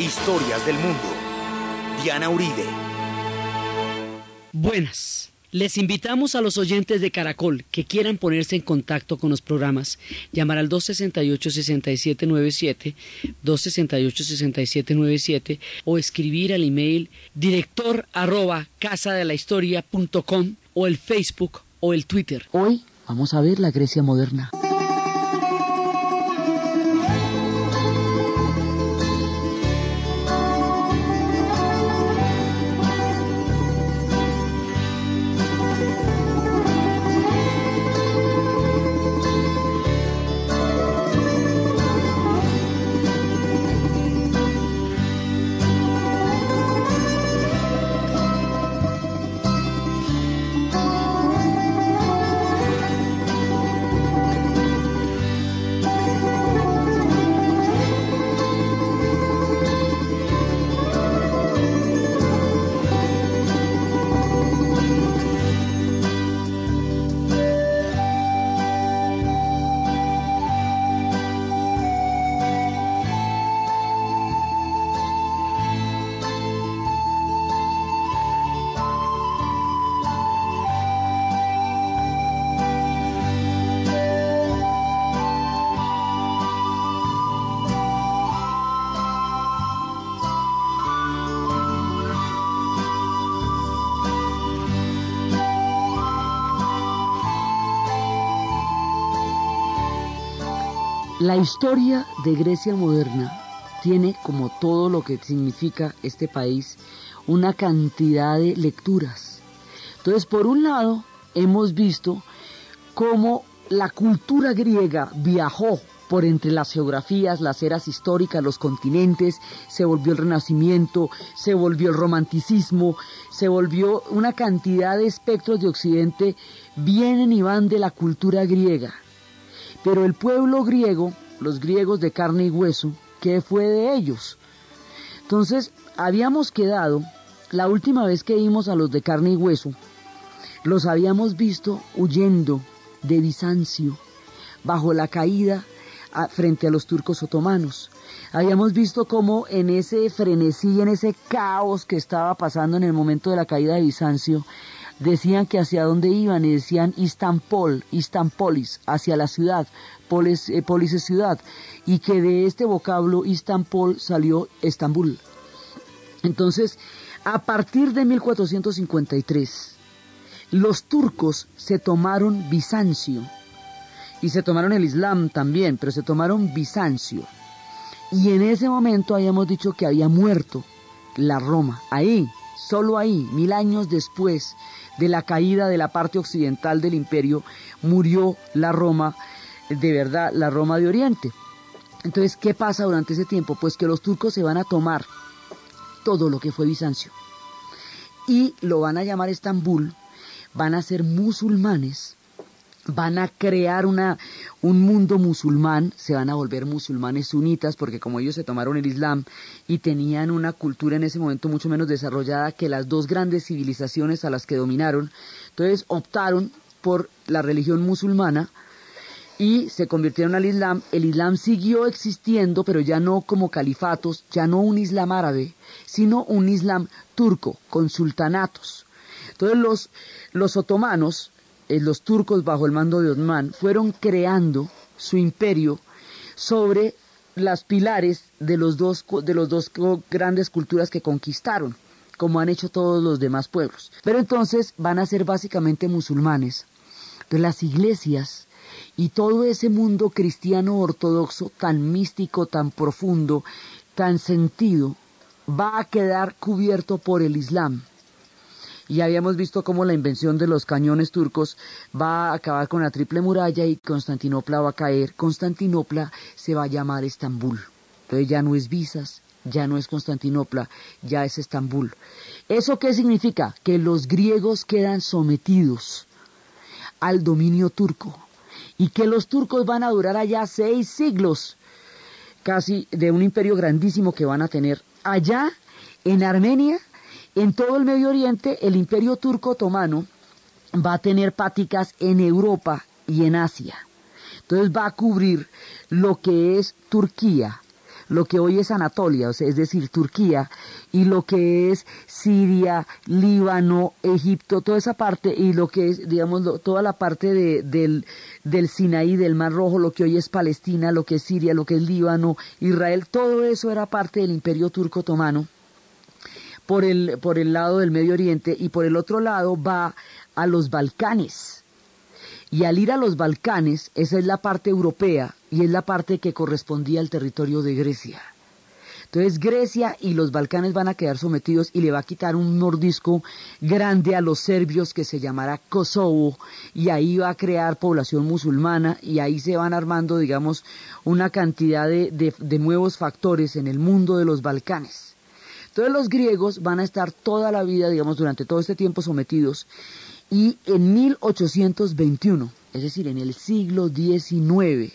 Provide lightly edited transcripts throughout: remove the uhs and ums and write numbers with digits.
Historias del mundo. Diana Uribe. Buenas. Les invitamos a los oyentes de Caracol que quieran ponerse en contacto con los programas, llamar al 268-6797, 268-6797 o escribir al email director@casadelahistoria.com o el Facebook o el Twitter. Hoy vamos a ver la Grecia moderna. La historia de Grecia moderna tiene, como todo lo que significa este país, una cantidad de lecturas. Entonces, por un lado, hemos visto cómo la cultura griega viajó por entre las geografías, las eras históricas, los continentes, se volvió el Renacimiento, se volvió el Romanticismo, se volvió una cantidad de espectros de Occidente, vienen y van de la cultura griega. Pero el pueblo griego, los griegos de carne y hueso, ¿qué fue de ellos? Entonces, habíamos quedado, la última vez que vimos a los de carne y hueso, los habíamos visto huyendo de Bizancio, bajo la caída frente a los turcos otomanos. Habíamos visto cómo en ese frenesí, en ese caos que estaba pasando en el momento de la caída de Bizancio, decían que hacia dónde iban y decían Istanpolis, hacia la ciudad, polis es ciudad, y que de este vocablo Istanpol salió Estambul. Entonces, a partir de 1453, los turcos se tomaron Bizancio, y se tomaron el Islam también, pero se tomaron Bizancio, y en ese momento habíamos dicho que había muerto la Roma, ahí, solo ahí, 1000 años después de la caída de la parte occidental del imperio, murió la Roma, de verdad, la Roma de Oriente. Entonces, ¿qué pasa durante ese tiempo? Pues que los turcos se van a tomar todo lo que fue Bizancio y lo van a llamar Estambul, van a ser musulmanes, van a crear un mundo musulmán, se van a volver musulmanes sunitas, porque como ellos se tomaron el Islam y tenían una cultura en ese momento mucho menos desarrollada que las dos grandes civilizaciones a las que dominaron, entonces optaron por la religión musulmana y se convirtieron al Islam. El Islam siguió existiendo, pero ya no como califatos, ya no un Islam árabe, sino un Islam turco, con sultanatos. Entonces los otomanos, los turcos bajo el mando de Osmán, fueron creando su imperio sobre las pilares de los dos grandes culturas que conquistaron, como han hecho todos los demás pueblos. Pero entonces van a ser básicamente musulmanes. Entonces las iglesias y todo ese mundo cristiano ortodoxo tan místico, tan profundo, tan sentido, va a quedar cubierto por el Islam. Y habíamos visto cómo la invención de los cañones turcos va a acabar con la triple muralla y Constantinopla va a caer. Constantinopla se va a llamar Estambul. Entonces ya no es Bizas, ya no es Constantinopla, ya es Estambul. ¿Eso qué significa? Que los griegos quedan sometidos al dominio turco y que los turcos van a durar allá 6 siglos, casi, de un imperio grandísimo que van a tener. Allá, en Armenia, en todo el Medio Oriente, el imperio turco otomano va a tener páticas en Europa y en Asia. Entonces va a cubrir lo que es Turquía, lo que hoy es Anatolia, o sea, es decir, Turquía, y lo que es Siria, Líbano, Egipto, toda esa parte, y lo que es, digamos, toda la parte del Sinaí, del Mar Rojo, lo que hoy es Palestina, lo que es Siria, lo que es Líbano, Israel, todo eso era parte del Imperio Turco Otomano por el lado del Medio Oriente, y por el otro lado va a los Balcanes. Y al ir a los Balcanes, esa es la parte europea y es la parte que correspondía al territorio de Grecia. Entonces Grecia y los Balcanes van a quedar sometidos y le va a quitar un mordisco grande a los serbios que se llamará Kosovo, y ahí va a crear población musulmana, y ahí se van armando, digamos, una cantidad de nuevos factores en el mundo de los Balcanes. Entonces los griegos van a estar toda la vida, digamos, durante todo este tiempo sometidos. Y en 1821, es decir, en el siglo XIX,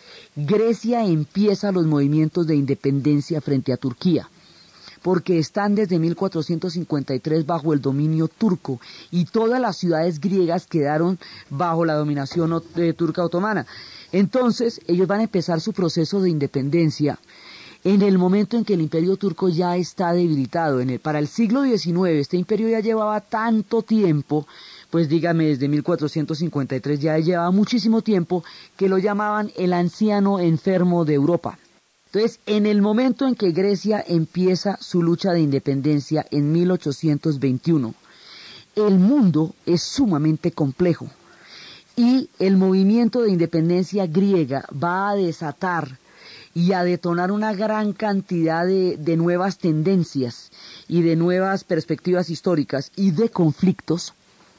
Grecia empieza los movimientos de independencia frente a Turquía, porque están desde 1453 bajo el dominio turco, y todas las ciudades griegas quedaron bajo la dominación turca otomana. Entonces, ellos van a empezar su proceso de independencia en el momento en que el imperio turco ya está debilitado. Para el siglo XIX, este imperio ya llevaba tanto tiempo, pues dígame, desde 1453 ya llevaba muchísimo tiempo, que lo llamaban el anciano enfermo de Europa. Entonces, en el momento en que Grecia empieza su lucha de independencia en 1821, el mundo es sumamente complejo, y el movimiento de independencia griega va a desatar y a detonar una gran cantidad de nuevas tendencias y de nuevas perspectivas históricas y de conflictos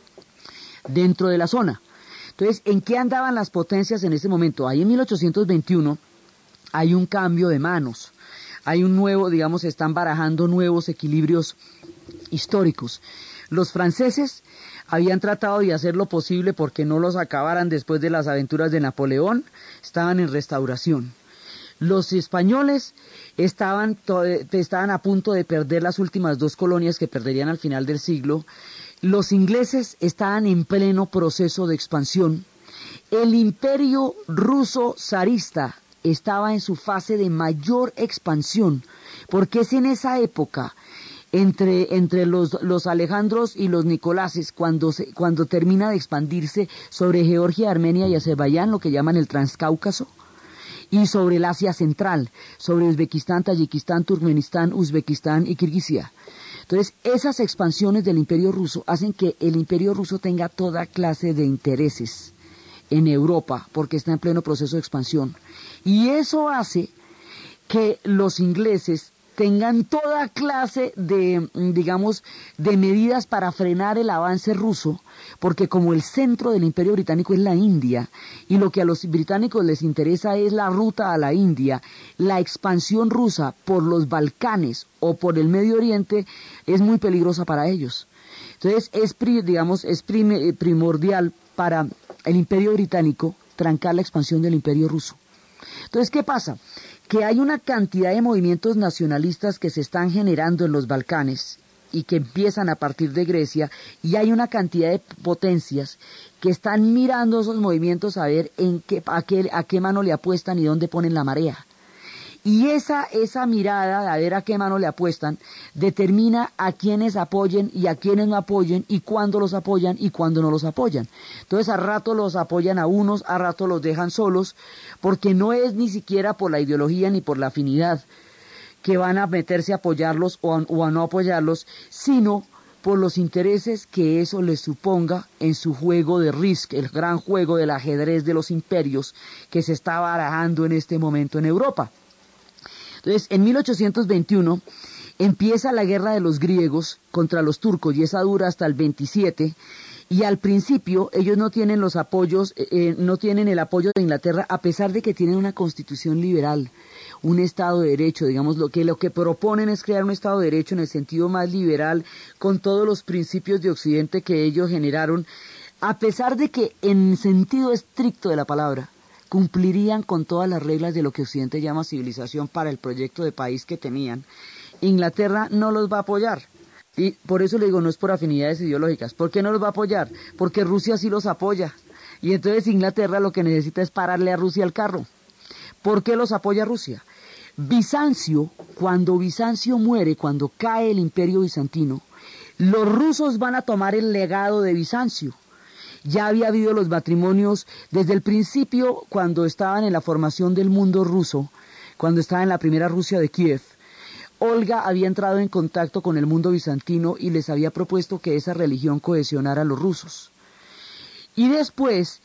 dentro de la zona. Entonces, ¿en qué andaban las potencias en ese momento? Ahí en 1821 hay un cambio de manos, hay un nuevo, digamos, se están barajando nuevos equilibrios históricos. Los franceses habían tratado de hacer lo posible porque no los acabaran después de las aventuras de Napoleón, estaban en restauración. Los españoles estaban a punto de perder las últimas 2 colonias que perderían al final del siglo. Los ingleses estaban en pleno proceso de expansión. El imperio ruso zarista estaba en su fase de mayor expansión, porque es en esa época, entre los Alejandros y los Nicoláses, cuando termina de expandirse sobre Georgia, Armenia y Azerbaiyán, lo que llaman el Transcáucaso, y sobre el Asia Central, sobre Uzbekistán, Tayikistán, Turkmenistán, Uzbekistán y Kirguisia. Entonces, esas expansiones del Imperio Ruso hacen que el Imperio Ruso tenga toda clase de intereses en Europa, porque está en pleno proceso de expansión. Y eso hace que los ingleses tengan toda clase de, digamos, de medidas para frenar el avance ruso, porque como el centro del Imperio Británico es la India, y lo que a los británicos les interesa es la ruta a la India, la expansión rusa por los Balcanes o por el Medio Oriente es muy peligrosa para ellos. Entonces es primordial para el Imperio Británico trancar la expansión del Imperio Ruso. Entonces, ¿qué pasa? Que hay una cantidad de movimientos nacionalistas que se están generando en los Balcanes y que empiezan a partir de Grecia, y hay una cantidad de potencias que están mirando esos movimientos a ver a qué mano le apuestan y dónde ponen la marea. Y esa mirada de a ver a qué mano le apuestan determina a quienes apoyen y a quienes no apoyen, y cuándo los apoyan y cuándo no los apoyan. Entonces a rato los apoyan a unos, a rato los dejan solos, porque no es ni siquiera por la ideología ni por la afinidad que van a meterse a apoyarlos o a no apoyarlos, sino por los intereses que eso les suponga en su juego de Risk, el gran juego del ajedrez de los imperios que se está barajando en este momento en Europa. Entonces, en 1821 empieza la guerra de los griegos contra los turcos, y esa dura hasta el 27, y al principio ellos no tienen los apoyos, no tienen el apoyo de Inglaterra, a pesar de que tienen una constitución liberal, un Estado de Derecho, digamos, lo que proponen es crear un Estado de Derecho en el sentido más liberal, con todos los principios de Occidente que ellos generaron, a pesar de que en sentido estricto de la palabra cumplirían con todas las reglas de lo que Occidente llama civilización para el proyecto de país que tenían. Inglaterra no los va a apoyar. Y por eso le digo, no es por afinidades ideológicas. ¿Por qué no los va a apoyar? Porque Rusia sí los apoya. Y entonces Inglaterra lo que necesita es pararle a Rusia el carro. ¿Por qué los apoya Rusia? Cuando Bizancio muere, cuando cae el imperio bizantino, los rusos van a tomar el legado de Bizancio. Ya había habido los matrimonios desde el principio, cuando estaban en la formación del mundo ruso, cuando estaba en la primera Rusia de Kiev. Olga había entrado en contacto con el mundo bizantino y les había propuesto que esa religión cohesionara a los rusos. Y después,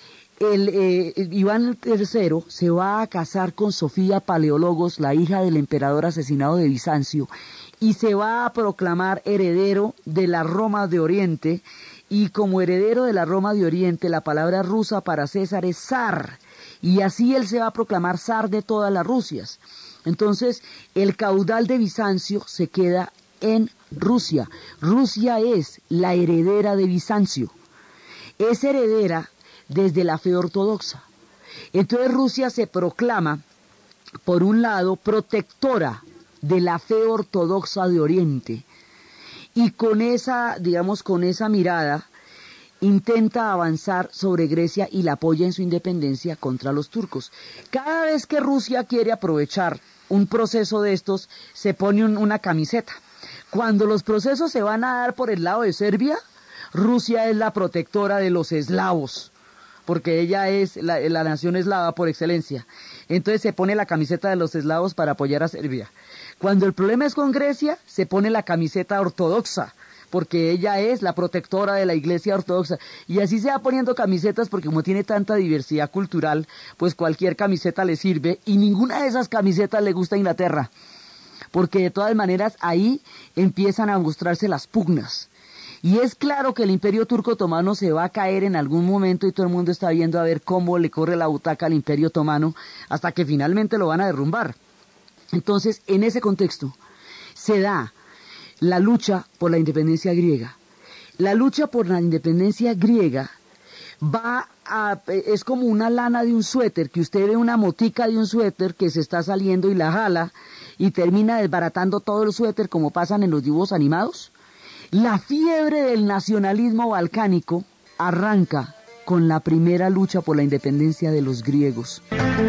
Iván III se va a casar con Sofía Paleólogos, la hija del emperador asesinado de Bizancio, y se va a proclamar heredero de la Roma de Oriente, y como heredero de la Roma de Oriente, la palabra rusa para César es zar, y así él se va a proclamar zar de todas las Rusias. Entonces, el caudal de Bizancio se queda en Rusia. Rusia es la heredera de Bizancio. Es heredera desde la fe ortodoxa. Entonces Rusia se proclama, por un lado, protectora de la fe ortodoxa de Oriente. Y con esa mirada, intenta avanzar sobre Grecia y la apoya en su independencia contra los turcos. Cada vez que Rusia quiere aprovechar un proceso de estos, se pone una camiseta. Cuando los procesos se van a dar por el lado de Serbia, Rusia es la protectora de los eslavos, porque ella es la nación eslava por excelencia. Entonces se pone la camiseta de los eslavos para apoyar a Serbia. Cuando el problema es con Grecia, se pone la camiseta ortodoxa, porque ella es la protectora de la iglesia ortodoxa. Y así se va poniendo camisetas, porque como tiene tanta diversidad cultural, pues cualquier camiseta le sirve, y ninguna de esas camisetas le gusta a Inglaterra, porque de todas maneras ahí empiezan a mostrarse las pugnas. Y es claro que el imperio turco otomano se va a caer en algún momento, y todo el mundo está viendo a ver cómo le corre la butaca al imperio otomano, hasta que finalmente lo van a derrumbar. Entonces, en ese contexto, se da la lucha por la independencia griega. La lucha por la independencia griega es como una lana de un suéter, que usted ve una motica de un suéter que se está saliendo y la jala y termina desbaratando todo el suéter, como pasan en los dibujos animados. La fiebre del nacionalismo balcánico arranca con la primera lucha por la independencia de los griegos.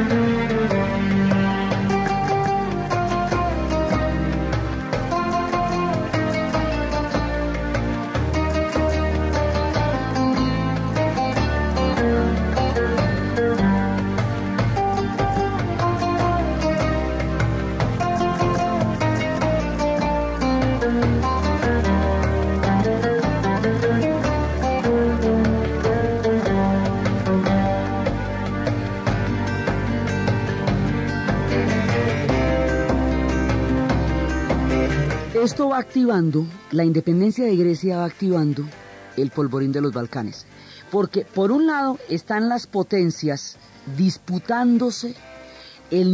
Esto va activando, la independencia de Grecia va activando el polvorín de los Balcanes. Porque por un lado están las potencias disputándose los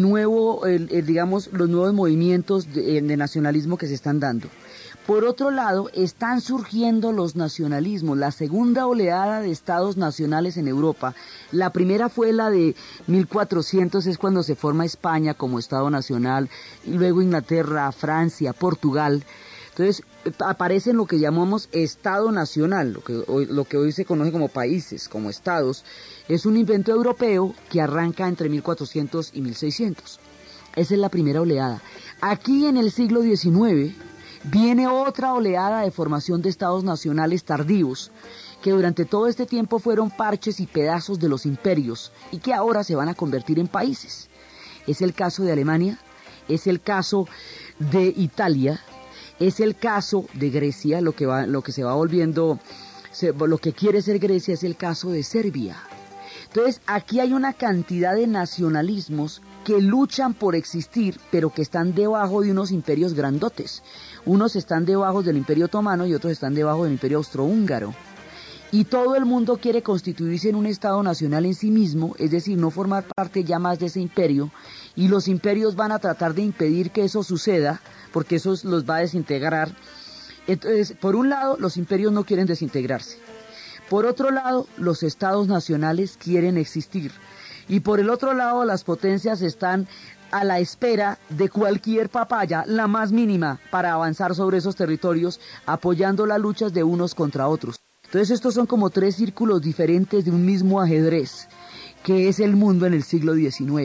nuevos movimientos de nacionalismo que se están dando. Por otro lado, están surgiendo los nacionalismos, la segunda oleada de estados nacionales en Europa. La primera fue la de 1400, es cuando se forma España como estado nacional, y luego Inglaterra, Francia, Portugal. Entonces aparecen lo que llamamos estado nacional, lo que hoy se conoce como países, como estados. Es un invento europeo que arranca entre 1400 y 1600. Esa es la primera oleada. Aquí en el siglo XIX... viene otra oleada de formación de estados nacionales tardíos, que durante todo este tiempo fueron parches y pedazos de los imperios, y que ahora se van a convertir en países. Es el caso de Alemania, es el caso de Italia, es el caso de Grecia, lo que se va volviendo, lo que quiere ser Grecia es el caso de Serbia. Entonces aquí hay una cantidad de nacionalismos que luchan por existir, pero que están debajo de unos imperios grandotes. Unos están debajo del imperio otomano y otros están debajo del imperio austrohúngaro. Y todo el mundo quiere constituirse en un estado nacional en sí mismo, es decir, no formar parte ya más de ese imperio, y los imperios van a tratar de impedir que eso suceda, porque eso los va a desintegrar. Entonces, por un lado, los imperios no quieren desintegrarse. Por otro lado, los estados nacionales quieren existir. Y por el otro lado, las potencias están a la espera de cualquier papaya, la más mínima, para avanzar sobre esos territorios, apoyando las luchas de unos contra otros. Entonces estos son como tres círculos diferentes de un mismo ajedrez, que es el mundo en el siglo XIX.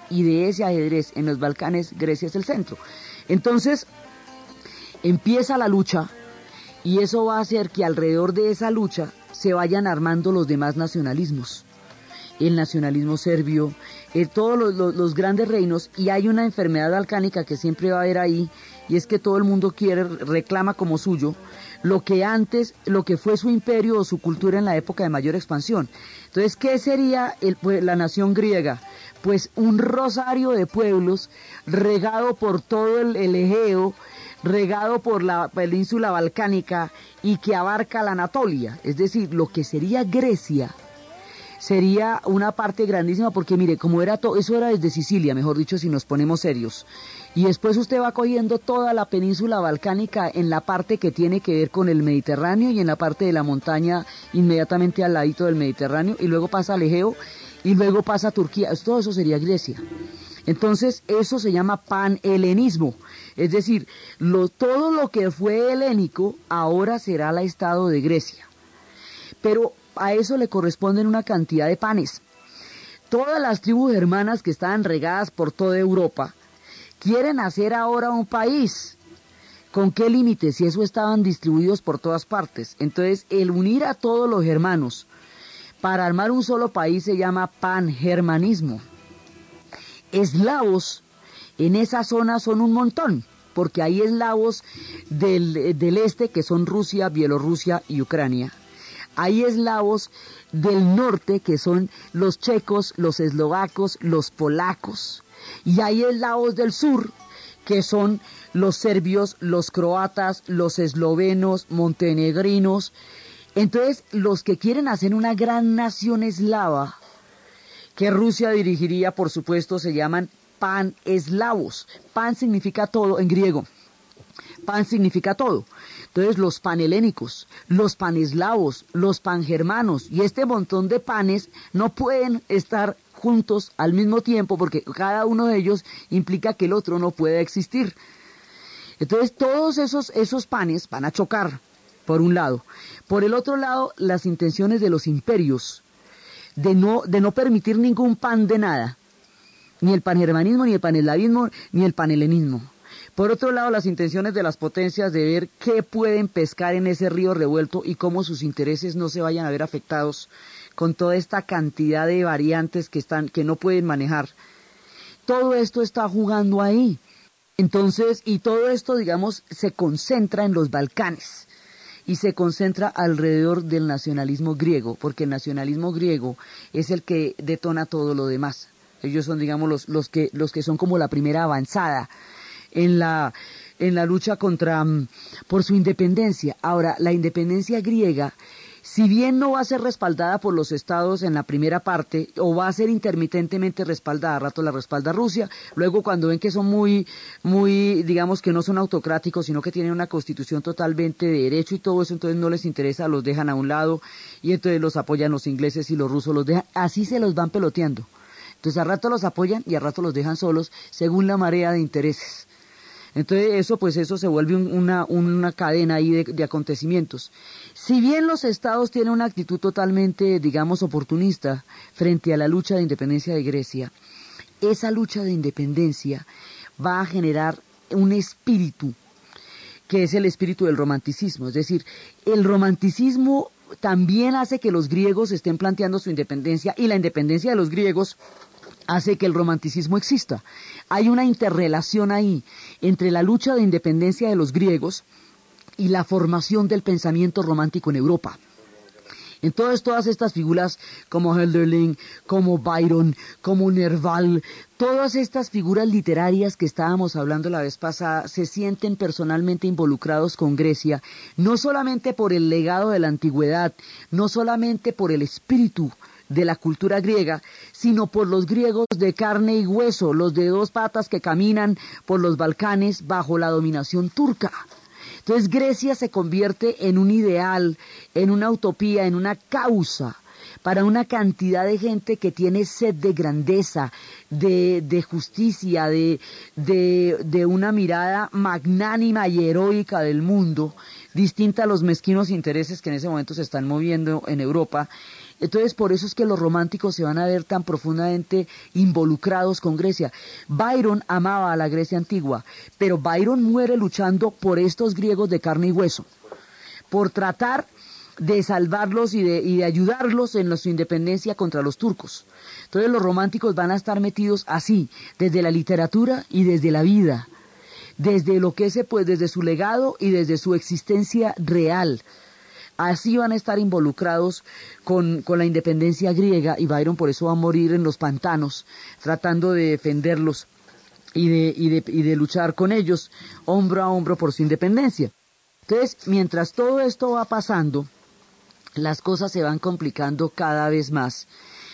y de ese ajedrez en los Balcanes, Grecia es el centro. Entonces, empieza la lucha y eso va a hacer que alrededor de esa lucha se vayan armando los demás nacionalismos. El nacionalismo serbio, todos los grandes reinos, y hay una enfermedad balcánica que siempre va a haber ahí, y es que todo el mundo reclama como suyo lo que fue su imperio o su cultura en la época de mayor expansión. Entonces, ¿qué sería la nación griega? Pues un rosario de pueblos regado por todo el Egeo, regado por la península balcánica y que abarca la Anatolia, es decir, lo que sería Grecia. Sería una parte grandísima porque mire, como era todo, eso era desde Sicilia, mejor dicho, si nos ponemos serios. Y después usted va cogiendo toda la península balcánica en la parte que tiene que ver con el Mediterráneo y en la parte de la montaña inmediatamente al ladito del Mediterráneo, y luego pasa al Egeo y luego pasa a Turquía. Todo eso sería Grecia. Entonces eso se llama panhelenismo, es decir, todo lo que fue helénico ahora será el estado de Grecia. Pero a eso le corresponden una cantidad de panes. Todas las tribus germanas que estaban regadas por toda Europa quieren hacer ahora un país. ¿Con qué límites? Si eso estaban distribuidos por todas partes. Entonces, el unir a todos los germanos para armar un solo país se llama pangermanismo. Eslavos en esa zona son un montón, porque hay eslavos del este que son Rusia, Bielorrusia y Ucrania. Hay eslavos del norte que son los checos, los eslovacos, los polacos. Y hay eslavos del sur que son los serbios, los croatas, los eslovenos, montenegrinos. Entonces, los que quieren hacer una gran nación eslava, que Rusia dirigiría, por supuesto, se llaman paneslavos. Pan significa todo en griego. Pan significa todo. Entonces los panhelénicos, los paneslavos, los pangermanos y este montón de panes no pueden estar juntos al mismo tiempo porque cada uno de ellos implica que el otro no puede existir. Entonces todos esos panes van a chocar, por un lado. Por el otro lado, las intenciones de los imperios de no permitir ningún pan de nada, ni el pangermanismo, ni el paneslavismo, ni el panhelenismo. Por otro lado, las intenciones de las potencias de ver qué pueden pescar en ese río revuelto y cómo sus intereses no se vayan a ver afectados con toda esta cantidad de variantes que no pueden manejar. Todo esto está jugando ahí. Entonces, y todo esto, digamos, se concentra en los Balcanes y se concentra alrededor del nacionalismo griego, porque el nacionalismo griego es el que detona todo lo demás. Ellos son, digamos, los que son como la primera avanzada en la lucha por su independencia. Ahora, la independencia griega, si bien no va a ser respaldada por los estados en la primera parte, o va a ser intermitentemente respaldada, a rato la respalda Rusia, luego cuando ven que son muy, digamos que no son autocráticos, sino que tienen una constitución totalmente de derecho y todo eso, entonces no les interesa, los dejan a un lado, y entonces los apoyan los ingleses y los rusos los dejan, así se los van peloteando. Entonces a rato los apoyan y a rato los dejan solos, según la marea de intereses. Entonces eso se vuelve una cadena ahí de acontecimientos. Si bien los estados tienen una actitud totalmente, digamos, oportunista frente a la lucha de independencia de Grecia, esa lucha de independencia va a generar un espíritu, que es el espíritu del romanticismo. Es decir, el romanticismo también hace que los griegos estén planteando su independencia, y la independencia de los griegos hace que el romanticismo exista. Hay una interrelación ahí entre la lucha de independencia de los griegos y la formación del pensamiento romántico en Europa. Entonces todas estas figuras como Hölderlin, como Byron, como Nerval, todas estas figuras literarias que estábamos hablando la vez pasada se sienten personalmente involucrados con Grecia, no solamente por el legado de la antigüedad, no solamente por el espíritu de la cultura griega, sino por los griegos de carne y hueso, los de dos patas que caminan por los Balcanes bajo la dominación turca. Entonces Grecia se convierte en un ideal, en una utopía, en una causa para una cantidad de gente que tiene sed de grandeza, de justicia, de una mirada magnánima y heroica del mundo, distinta a los mezquinos intereses que en ese momento se están moviendo en Europa. Entonces, por eso es que los románticos se van a ver tan profundamente involucrados con Grecia. Byron amaba a la Grecia antigua, pero Byron muere luchando por estos griegos de carne y hueso, por tratar de salvarlos y de ayudarlos en su independencia contra los turcos. Entonces los románticos van a estar metidos así, desde la literatura y desde la vida, desde lo que pues desde su legado y desde su existencia real. Así van a estar involucrados con la independencia griega, y Byron por eso va a morir en los pantanos, tratando de defenderlos y de luchar con ellos, hombro a hombro por su independencia. Entonces, mientras todo esto va pasando, las cosas se van complicando cada vez más.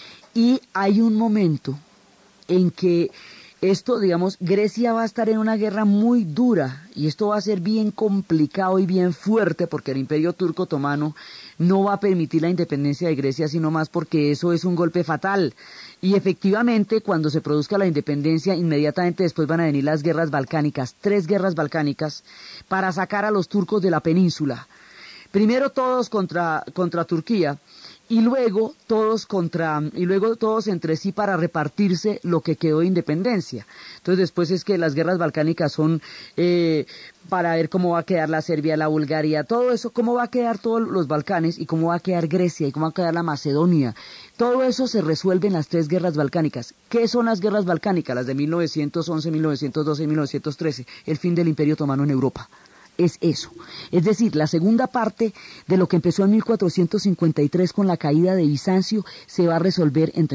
Y hay un momento en que esto, digamos, Grecia va a estar en una guerra muy dura, y esto va a ser bien complicado y bien fuerte, porque el Imperio Turco Otomano no va a permitir la independencia de Grecia, sino más porque eso es un golpe fatal. Y efectivamente, cuando se produzca la independencia, inmediatamente después van a venir las guerras balcánicas, 3 guerras balcánicas, para sacar a los turcos de la península. Primero todos contra Turquía, y luego todos entre sí para repartirse lo que quedó de independencia. Entonces después es que las guerras balcánicas son para ver cómo va a quedar la Serbia, la Bulgaria, todo eso, cómo va a quedar todos los Balcanes, y cómo va a quedar Grecia, y cómo va a quedar la Macedonia. Todo eso se resuelve en las 3 guerras balcánicas. ¿Qué son las guerras balcánicas? Las de 1911, 1912 y 1913, el fin del Imperio Otomano en Europa. Es eso. Es decir, la segunda parte de lo que empezó en 1453 con la caída de Bizancio se va a resolver entre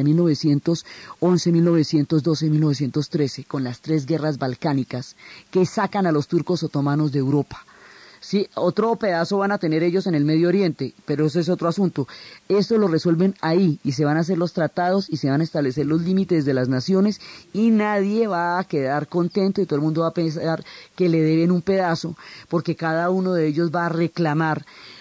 1911, 1912 y 1913 con las 3 guerras balcánicas que sacan a los turcos otomanos de Europa. Sí, otro pedazo van a tener ellos en el Medio Oriente, pero eso es otro asunto. Esto lo resuelven ahí, y se van a hacer los tratados y se van a establecer los límites de las naciones, y nadie va a quedar contento, y todo el mundo va a pensar que le deben un pedazo, porque cada uno de ellos va a reclamar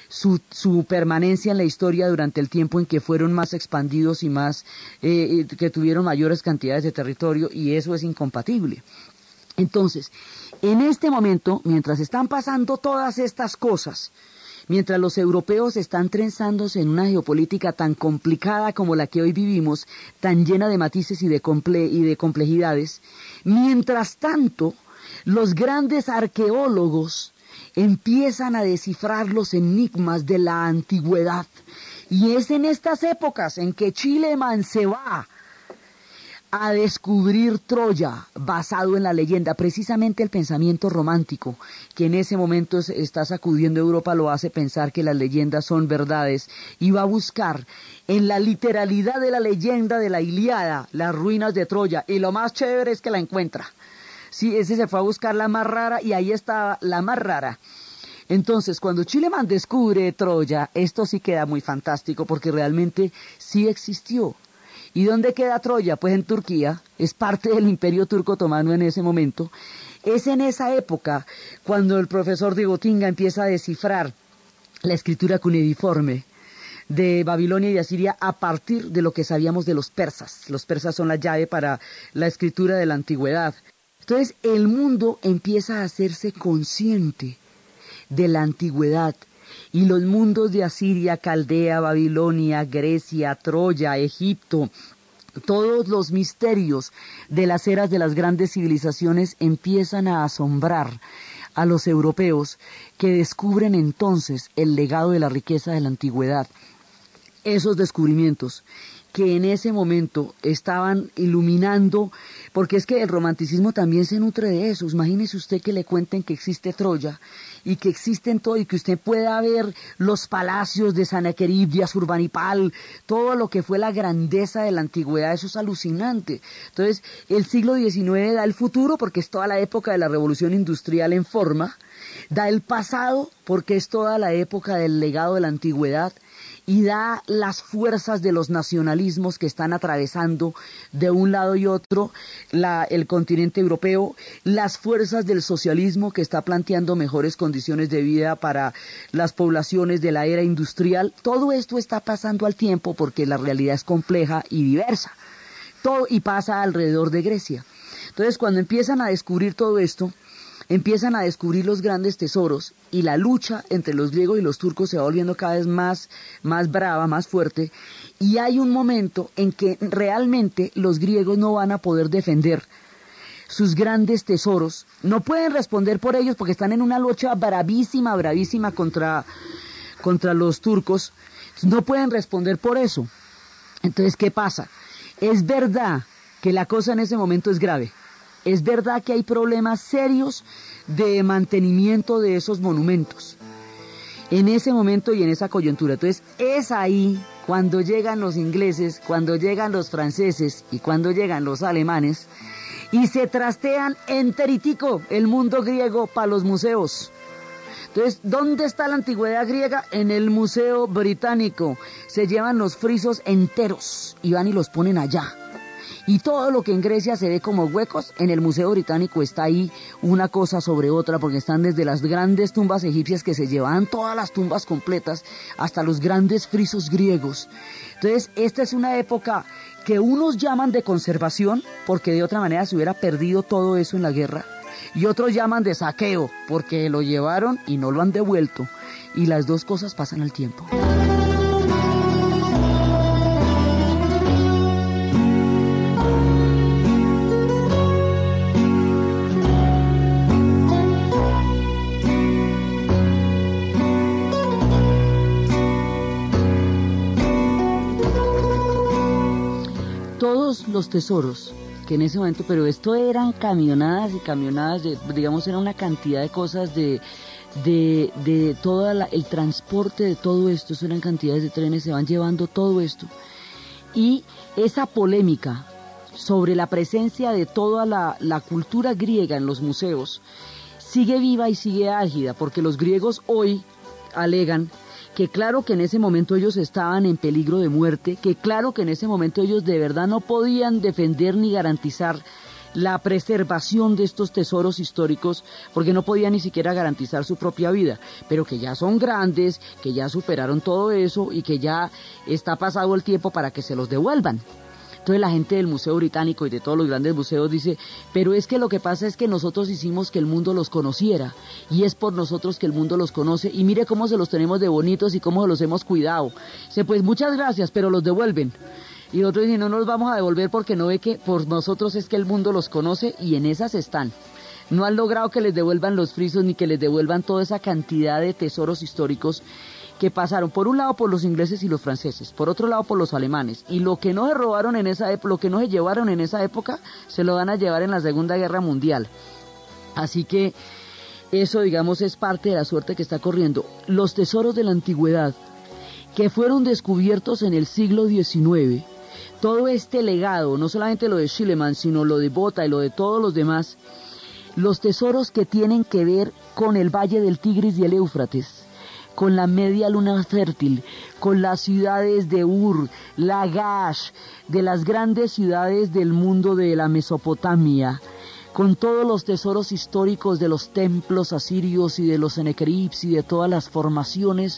su permanencia en la historia durante el tiempo en que fueron más expandidos y más que tuvieron mayores cantidades de territorio, y eso es incompatible. Entonces, en este momento, mientras están pasando todas estas cosas, mientras los europeos están trenzándose en una geopolítica tan complicada como la que hoy vivimos, tan llena de matices y de complejidades, mientras tanto, los grandes arqueólogos empiezan a descifrar los enigmas de la antigüedad. Y es en estas épocas en que Schliemann se va a descubrir Troya, basado en la leyenda. Precisamente el pensamiento romántico, que en ese momento está sacudiendo Europa, lo hace pensar que las leyendas son verdades, y va a buscar en la literalidad de la leyenda de la Ilíada las ruinas de Troya, y lo más chévere es que la encuentra. Sí, ese se fue a buscar la más rara, y ahí estaba la más rara. Entonces, cuando Schliemann descubre Troya, esto sí queda muy fantástico, porque realmente sí existió. ¿Y dónde queda Troya? Pues en Turquía, es parte del Imperio Turco Otomano en ese momento. Es en esa época cuando el profesor de Gotinga empieza a descifrar la escritura cuneiforme de Babilonia y de Asiria a partir de lo que sabíamos de los persas. Los persas son la llave para la escritura de la antigüedad. Entonces el mundo empieza a hacerse consciente de la antigüedad. Y los mundos de Asiria, Caldea, Babilonia, Grecia, Troya, Egipto, todos los misterios de las eras de las grandes civilizaciones empiezan a asombrar a los europeos, que descubren entonces el legado de la riqueza de la antigüedad. Esos descubrimientos que en ese momento estaban iluminando, porque es que el romanticismo también se nutre de eso. Imagínese usted que le cuenten que existe Troya, y que existen todo, y que usted pueda ver los palacios de Sennacherib, de Asurbanipal, todo lo que fue la grandeza de la antigüedad. Eso es alucinante. Entonces, el siglo XIX da el futuro, porque es toda la época de la revolución industrial en forma, da el pasado, porque es toda la época del legado de la antigüedad, y da las fuerzas de los nacionalismos que están atravesando de un lado y otro el continente europeo, las fuerzas del socialismo que está planteando mejores condiciones de vida para las poblaciones de la era industrial. Todo esto está pasando al tiempo, porque la realidad es compleja y diversa. Todo, y pasa alrededor de Grecia. Entonces, cuando empiezan a descubrir todo esto, empiezan a descubrir los grandes tesoros y la lucha entre los griegos y los turcos se va volviendo cada vez más brava, más fuerte, y hay un momento en que realmente los griegos no van a poder defender sus grandes tesoros, no pueden responder por ellos porque están en una lucha bravísima contra los turcos, no pueden responder por eso. Entonces, ¿qué pasa? Es verdad que la cosa en ese momento es grave, es verdad que hay problemas serios de mantenimiento de esos monumentos en ese momento y en esa coyuntura. Entonces, es ahí cuando llegan los ingleses, cuando llegan los franceses y cuando llegan los alemanes, y se trastean enteritico el mundo griego para los museos. Entonces, ¿dónde está la antigüedad griega? En el Museo Británico. Se llevan los frisos enteros y van y los ponen allá. Y todo lo que en Grecia se ve como huecos, en el Museo Británico está ahí una cosa sobre otra, porque están desde las grandes tumbas egipcias que se llevaban todas las tumbas completas, hasta los grandes frisos griegos. Entonces, esta es una época que unos llaman de conservación, porque de otra manera se hubiera perdido todo eso en la guerra, y otros llaman de saqueo, porque lo llevaron y no lo han devuelto, y las dos cosas pasan al tiempo. Todos los tesoros que en ese momento, pero esto eran camionadas y camionadas, digamos, era una cantidad de cosas de todo el transporte de todo esto, eso eran cantidades de trenes, se van llevando todo esto. Y esa polémica sobre la presencia de toda la cultura griega en los museos sigue viva y sigue álgida, porque los griegos hoy alegan que claro que en ese momento ellos estaban en peligro de muerte, que claro que en ese momento ellos de verdad no podían defender ni garantizar la preservación de estos tesoros históricos, porque no podían ni siquiera garantizar su propia vida, pero que ya son grandes, que ya superaron todo eso y que ya está pasado el tiempo para que se los devuelvan. Entonces la gente del Museo Británico y de todos los grandes museos dice, pero es que lo que pasa es que nosotros hicimos que el mundo los conociera, y es por nosotros que el mundo los conoce, y mire cómo se los tenemos de bonitos y cómo los hemos cuidado. Dice, pues muchas gracias, pero los devuelven. Y otros dicen, no los vamos a devolver porque no ve que por nosotros es que el mundo los conoce, y en esas están. No han logrado que les devuelvan los frisos ni que les devuelvan toda esa cantidad de tesoros históricos que pasaron por un lado por los ingleses y los franceses, por otro lado por los alemanes, y lo que no se robaron en esa época, lo que no se llevaron en esa época, se lo van a llevar en la Segunda Guerra Mundial. Así que eso, digamos, es parte de la suerte que está corriendo. Los tesoros de la antigüedad, que fueron descubiertos en el siglo XIX, todo este legado, no solamente lo de Schliemann, sino lo de Botta y lo de todos los demás, los tesoros que tienen que ver con el Valle del Tigris y el Éufrates, con la media luna fértil, con las ciudades de Ur, Lagash, de las grandes ciudades del mundo de la Mesopotamia, con todos los tesoros históricos de los templos asirios y de los Senequerips y de todas las formaciones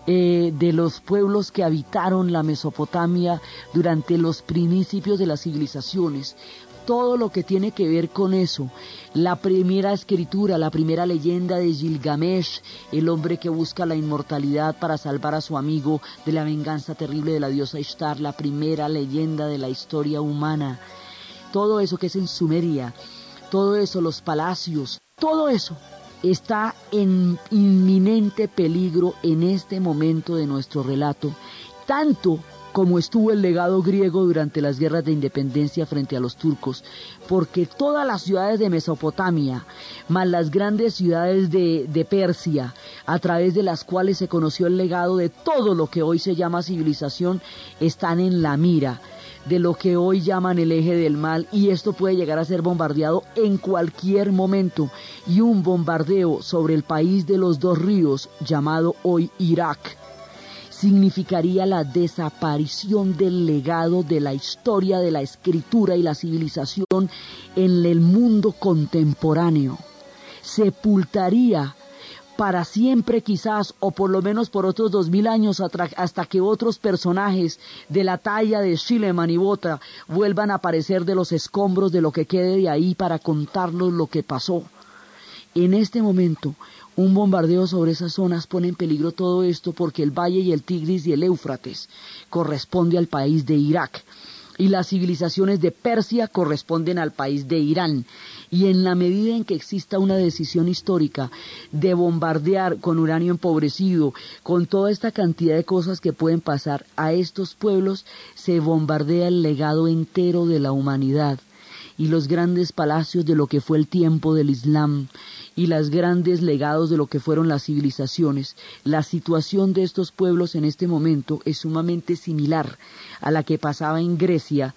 de los pueblos que habitaron la Mesopotamia durante los principios de las civilizaciones. Todo lo que tiene que ver con eso, la primera escritura, la primera leyenda de Gilgamesh, el hombre que busca la inmortalidad para salvar a su amigo de la venganza terrible de la diosa Ishtar, la primera leyenda de la historia humana, todo eso que es en Sumeria, todo eso, los palacios, todo eso está en inminente peligro en este momento de nuestro relato, tanto como estuvo el legado griego durante las guerras de independencia frente a los turcos, porque todas las ciudades de Mesopotamia, más las grandes ciudades de Persia, a través de las cuales se conoció el legado de todo lo que hoy se llama civilización, están en la mira de lo que hoy llaman el eje del mal, y esto puede llegar a ser bombardeado en cualquier momento, y un bombardeo sobre el país de los dos ríos, llamado hoy Irak, significaría la desaparición del legado de la historia, de la escritura y la civilización en el mundo contemporáneo. Sepultaría para siempre quizás, o por lo menos por otros 2000 años, hasta que otros personajes de la talla de Schliemann y Botta vuelvan a aparecer de los escombros de lo que quede de ahí para contarnos lo que pasó. En este momento, un bombardeo sobre esas zonas pone en peligro todo esto porque el valle y el Tigris y el Éufrates corresponde al país de Irak y las civilizaciones de Persia corresponden al país de Irán. Y en la medida en que exista una decisión histórica de bombardear con uranio empobrecido, con toda esta cantidad de cosas que pueden pasar a estos pueblos, se bombardea el legado entero de la humanidad y los grandes palacios de lo que fue el tiempo del Islam y los grandes legados de lo que fueron las civilizaciones. La situación de estos pueblos en este momento es sumamente similar a la que pasaba en Grecia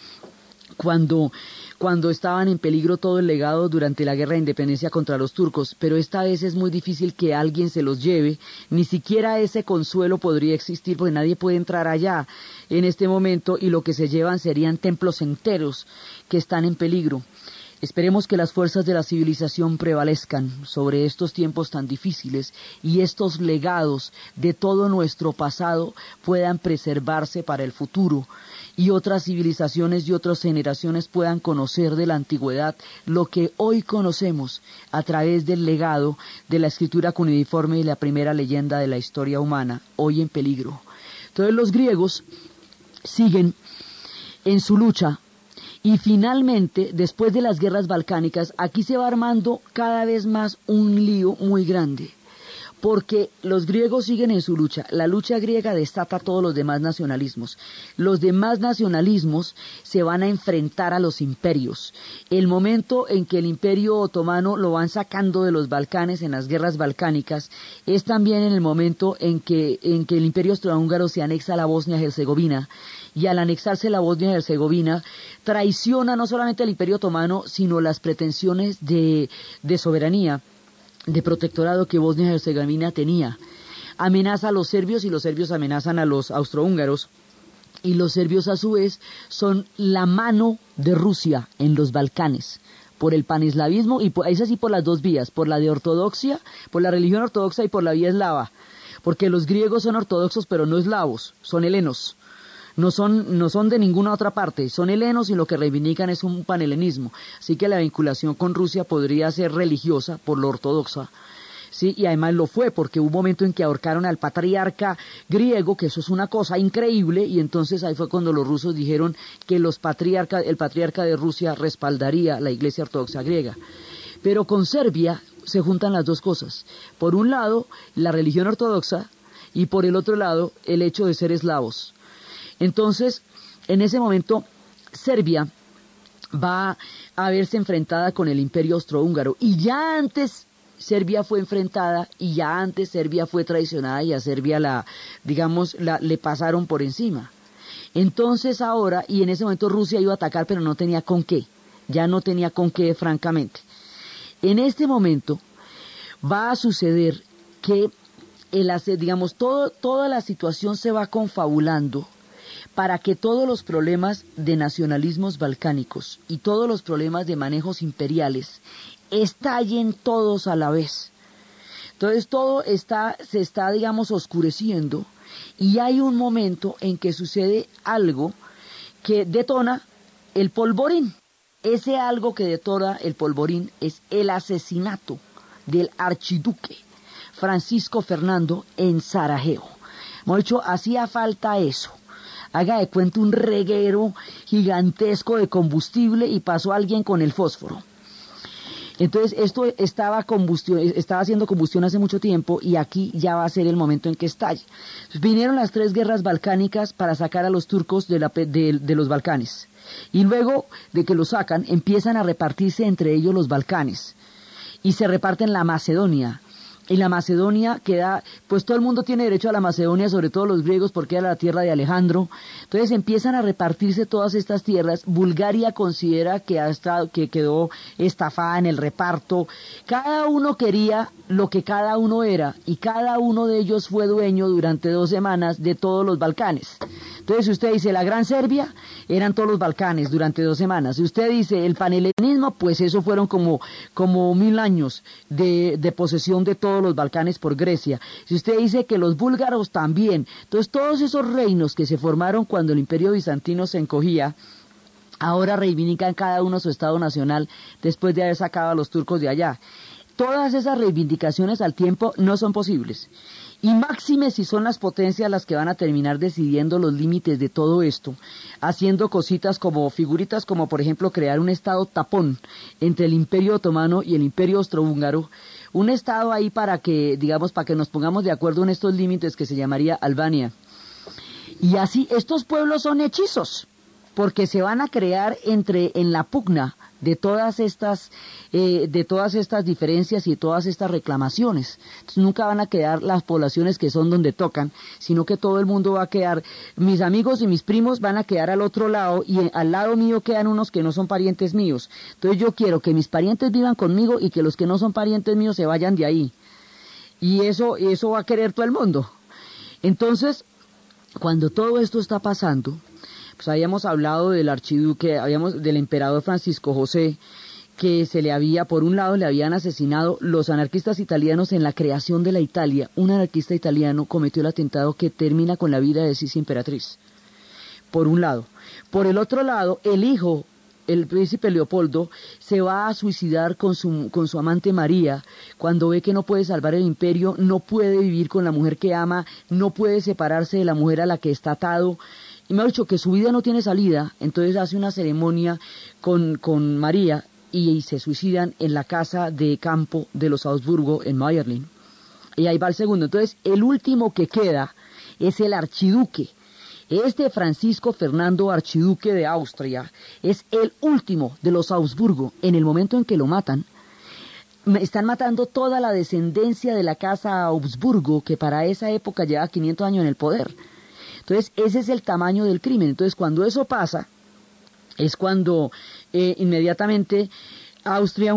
cuando estaban en peligro todo el legado durante la guerra de independencia contra los turcos, pero esta vez es muy difícil que alguien se los lleve, ni siquiera ese consuelo podría existir porque nadie puede entrar allá en este momento y lo que se llevan serían templos enteros que están en peligro. Esperemos que las fuerzas de la civilización prevalezcan sobre estos tiempos tan difíciles y estos legados de todo nuestro pasado puedan preservarse para el futuro y otras civilizaciones y otras generaciones puedan conocer de la antigüedad lo que hoy conocemos a través del legado de la escritura cuneiforme y la primera leyenda de la historia humana, hoy en peligro. Entonces los griegos siguen en su lucha. Y finalmente, después de las guerras balcánicas, aquí se va armando cada vez más un lío muy grande, porque los griegos siguen en su lucha. La lucha griega desata todos los demás nacionalismos. Los demás nacionalismos se van a enfrentar a los imperios. El momento en que el imperio otomano lo van sacando de los Balcanes en las guerras balcánicas es también en el momento en que el imperio austrohúngaro se anexa a la Bosnia-Herzegovina. Y al anexarse la Bosnia-Herzegovina, traiciona no solamente al Imperio Otomano, sino las pretensiones de soberanía, de protectorado que Bosnia-Herzegovina tenía. Amenaza a los serbios y los serbios amenazan a los austrohúngaros. Y los serbios a su vez son la mano de Rusia en los Balcanes, por el paneslavismo, y es así por las dos vías, por la de ortodoxia, por la religión ortodoxa y por la vía eslava. Porque los griegos son ortodoxos pero no eslavos, son helenos. No son de ninguna otra parte, son helenos y lo que reivindican es un panhelenismo. Así que la vinculación con Rusia podría ser religiosa por lo ortodoxa. Sí, y además lo fue porque hubo un momento en que ahorcaron al patriarca griego, que eso es una cosa increíble, y entonces ahí fue cuando los rusos dijeron que el patriarca de Rusia respaldaría la Iglesia Ortodoxa griega. Pero con Serbia se juntan las dos cosas. Por un lado, la religión ortodoxa y por el otro lado, el hecho de ser eslavos. Entonces, en ese momento, Serbia va a verse enfrentada con el Imperio Austrohúngaro. Y ya antes Serbia fue enfrentada y ya antes Serbia fue traicionada y a Serbia le pasaron por encima. Entonces ahora, y en ese momento Rusia iba a atacar, pero no tenía con qué. Ya no tenía con qué, francamente. En este momento va a suceder que, toda la situación se va confabulando para que todos los problemas de nacionalismos balcánicos y todos los problemas de manejos imperiales estallen todos a la vez. Entonces todo se está oscureciendo y hay un momento en que sucede algo que detona el polvorín. Ese algo que detona el polvorín es el asesinato del archiduque Francisco Fernando en Sarajevo. Hemos dicho, hacía falta eso. Haga de cuenta un reguero gigantesco de combustible y pasó alguien con el fósforo. Entonces esto estaba haciendo combustión hace mucho tiempo y aquí ya va a ser el momento en que estalle. Entonces, vinieron las 3 guerras balcánicas para sacar a los turcos de los Balcanes. Y luego de que los sacan, empiezan a repartirse entre ellos los Balcanes. Y se reparten la Macedonia. Y la Macedonia queda, pues todo el mundo tiene derecho a la Macedonia, sobre todo los griegos, porque era la tierra de Alejandro. Entonces empiezan a repartirse todas estas tierras. Bulgaria considera que quedó estafada en el reparto. Cada uno quería lo que cada uno era, y cada uno de ellos fue dueño durante 2 semanas de todos los Balcanes. Entonces, si usted dice la Gran Serbia, eran todos los Balcanes durante 2 semanas. Si usted dice el panhelenismo, pues eso fueron como 1000 años de posesión de todos los Balcanes por Grecia. Si usted dice que los búlgaros también. Entonces, todos esos reinos que se formaron cuando el Imperio Bizantino se encogía, ahora reivindican cada uno su Estado nacional después de haber sacado a los turcos de allá. todas esas reivindicaciones al tiempo no son posibles. Y máxime si son las potencias las que van a terminar decidiendo los límites de todo esto, haciendo cositas como figuritas como por ejemplo crear un estado tapón entre el Imperio Otomano y el Imperio Austrohúngaro, un estado ahí para que, digamos, para que nos pongamos de acuerdo en estos límites que se llamaría Albania. Y así estos pueblos son hechizos, porque se van a crear en la pugna de todas estas diferencias y todas estas reclamaciones. Entonces nunca van a quedar las poblaciones que son donde tocan, sino que todo el mundo va a quedar, mis amigos y mis primos van a quedar al otro lado y al lado mío quedan unos que no son parientes míos. Entonces yo quiero que mis parientes vivan conmigo y que los que no son parientes míos se vayan de ahí. Y eso va a querer todo el mundo. Entonces, cuando todo esto está pasando, pues habíamos hablado del archiduque, del emperador Francisco José, que por un lado le habían asesinado los anarquistas italianos en la creación de la Italia. Un anarquista italiano cometió el atentado que termina con la vida de Sisi Emperatriz. Por un lado. Por el otro lado, el hijo, el príncipe Leopoldo, se va a suicidar con su amante María, cuando ve que no puede salvar el imperio, no puede vivir con la mujer que ama, no puede separarse de la mujer a la que está atado. Y me ha dicho que su vida no tiene salida, entonces hace una ceremonia con María y se suicidan en la casa de campo de los Habsburgo en Mayerling. Y ahí va el segundo. Entonces el último que queda es el archiduque. Este Francisco Fernando, archiduque de Austria, es el último de los Habsburgo. En el momento en que lo matan, están matando toda la descendencia de la casa Habsburgo, que para esa época lleva 500 años en el poder. Entonces, ese es el tamaño del crimen. Entonces, cuando eso pasa, es cuando inmediatamente Austria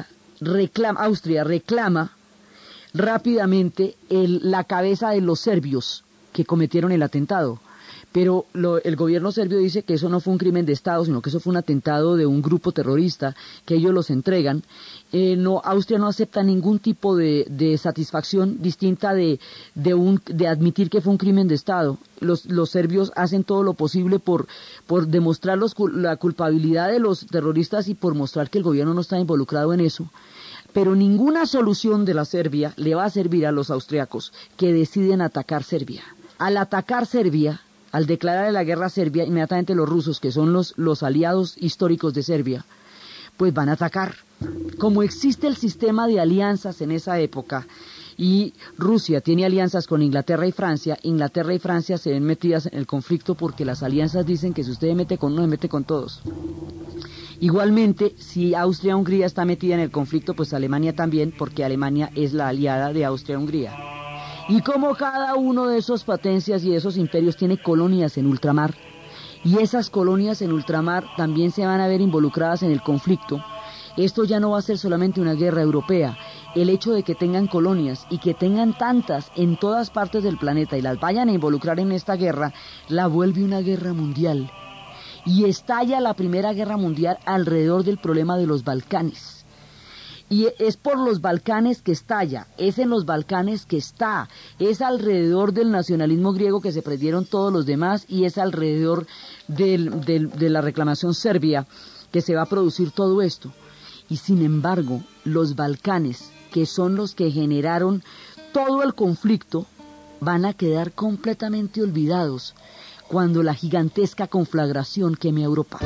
reclama rápidamente la cabeza de los serbios que cometieron el atentado. Pero el gobierno serbio dice que eso no fue un crimen de Estado, sino que eso fue un atentado de un grupo terrorista, que ellos los entregan. Austria no acepta ningún tipo de satisfacción distinta de admitir que fue un crimen de Estado. Los serbios hacen todo lo posible por demostrar la culpabilidad de los terroristas y por mostrar que el gobierno no está involucrado en eso. Pero ninguna solución de la Serbia le va a servir a los austriacos que deciden atacar Serbia. Al atacar Serbia, al declarar la guerra a Serbia, inmediatamente los rusos, que son los aliados históricos de Serbia, pues van a atacar. Como existe el sistema de alianzas en esa época, y Rusia tiene alianzas con Inglaterra y Francia se ven metidas en el conflicto porque las alianzas dicen que si usted se mete con uno, se mete con todos. Igualmente, si Austria-Hungría está metida en el conflicto, pues Alemania también, porque Alemania es la aliada de Austria-Hungría. Y como cada uno de esos potencias y de esos imperios tiene colonias en ultramar, y esas colonias en ultramar también se van a ver involucradas en el conflicto, esto ya no va a ser solamente una guerra europea. El hecho de que tengan colonias y que tengan tantas en todas partes del planeta y las vayan a involucrar en esta guerra, la vuelve una guerra mundial. Y estalla la Primera Guerra Mundial alrededor del problema de los Balcanes. Y es por los Balcanes que estalla, es en los Balcanes que está, es alrededor del nacionalismo griego que se perdieron todos los demás y es alrededor de la reclamación serbia que se va a producir todo esto. Y sin embargo, los Balcanes, que son los que generaron todo el conflicto, van a quedar completamente olvidados cuando la gigantesca conflagración queme Europa.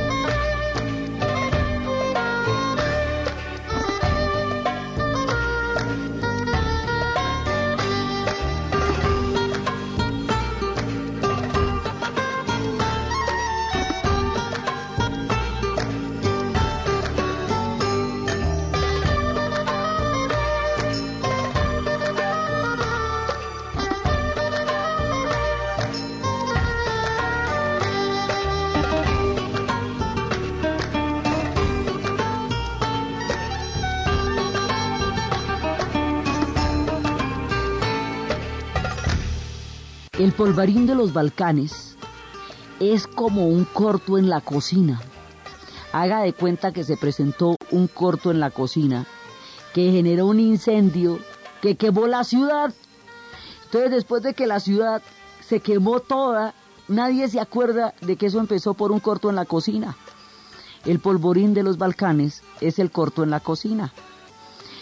El polvarín de los Balcanes es como un corto en la cocina. Haga de cuenta que se presentó un corto en la cocina que generó un incendio que quemó la ciudad. Entonces, después de que la ciudad se quemó toda, nadie se acuerda de que eso empezó por un corto en la cocina. El polvorín de los Balcanes es el corto en la cocina.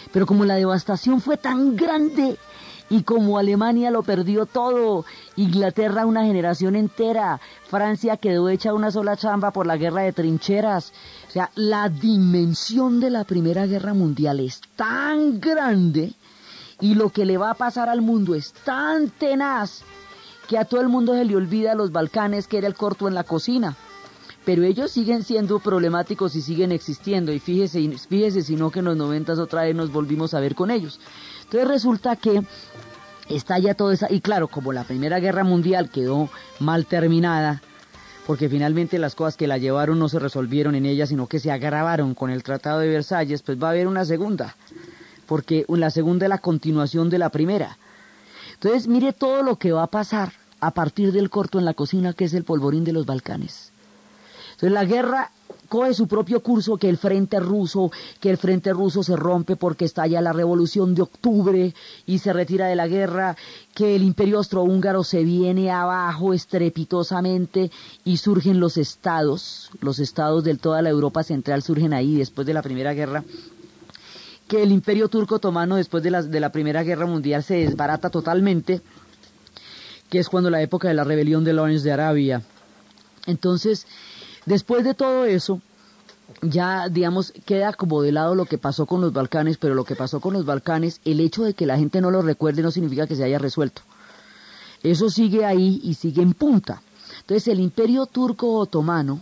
Pero como la devastación fue tan grande y como Alemania lo perdió todo, Inglaterra una generación entera, Francia quedó hecha una sola chamba por la guerra de trincheras. O sea, la dimensión de la Primera Guerra Mundial es tan grande y lo que le va a pasar al mundo es tan tenaz que a todo el mundo se le olvida los Balcanes, que era el corto en la cocina. Pero ellos siguen siendo problemáticos y siguen existiendo. Y fíjese si no que en los 90 otra vez nos volvimos a ver con ellos. Entonces resulta que estalla todo esa... Y claro, como la Primera Guerra Mundial quedó mal terminada, porque finalmente las cosas que la llevaron no se resolvieron en ella, sino que se agravaron con el Tratado de Versalles, pues va a haber una segunda. Porque la segunda es la continuación de la primera. Entonces mire todo lo que va a pasar a partir del corto en la cocina, que es el polvorín de los Balcanes. Entonces la guerra coge su propio curso, que el frente ruso se rompe porque estalla la Revolución de Octubre y se retira de la guerra, que el Imperio Austrohúngaro se viene abajo estrepitosamente y surgen los estados de toda la Europa central surgen ahí después de la Primera Guerra, que el Imperio Turco Otomano después de la Primera Guerra Mundial se desbarata totalmente, que es cuando la época de la rebelión de Lawrence de Arabia. Entonces, después de todo eso, ya, digamos, queda como de lado lo que pasó con los Balcanes, pero lo que pasó con los Balcanes, el hecho de que la gente no lo recuerde no significa que se haya resuelto. Eso sigue ahí y sigue en punta. Entonces, el Imperio Turco Otomano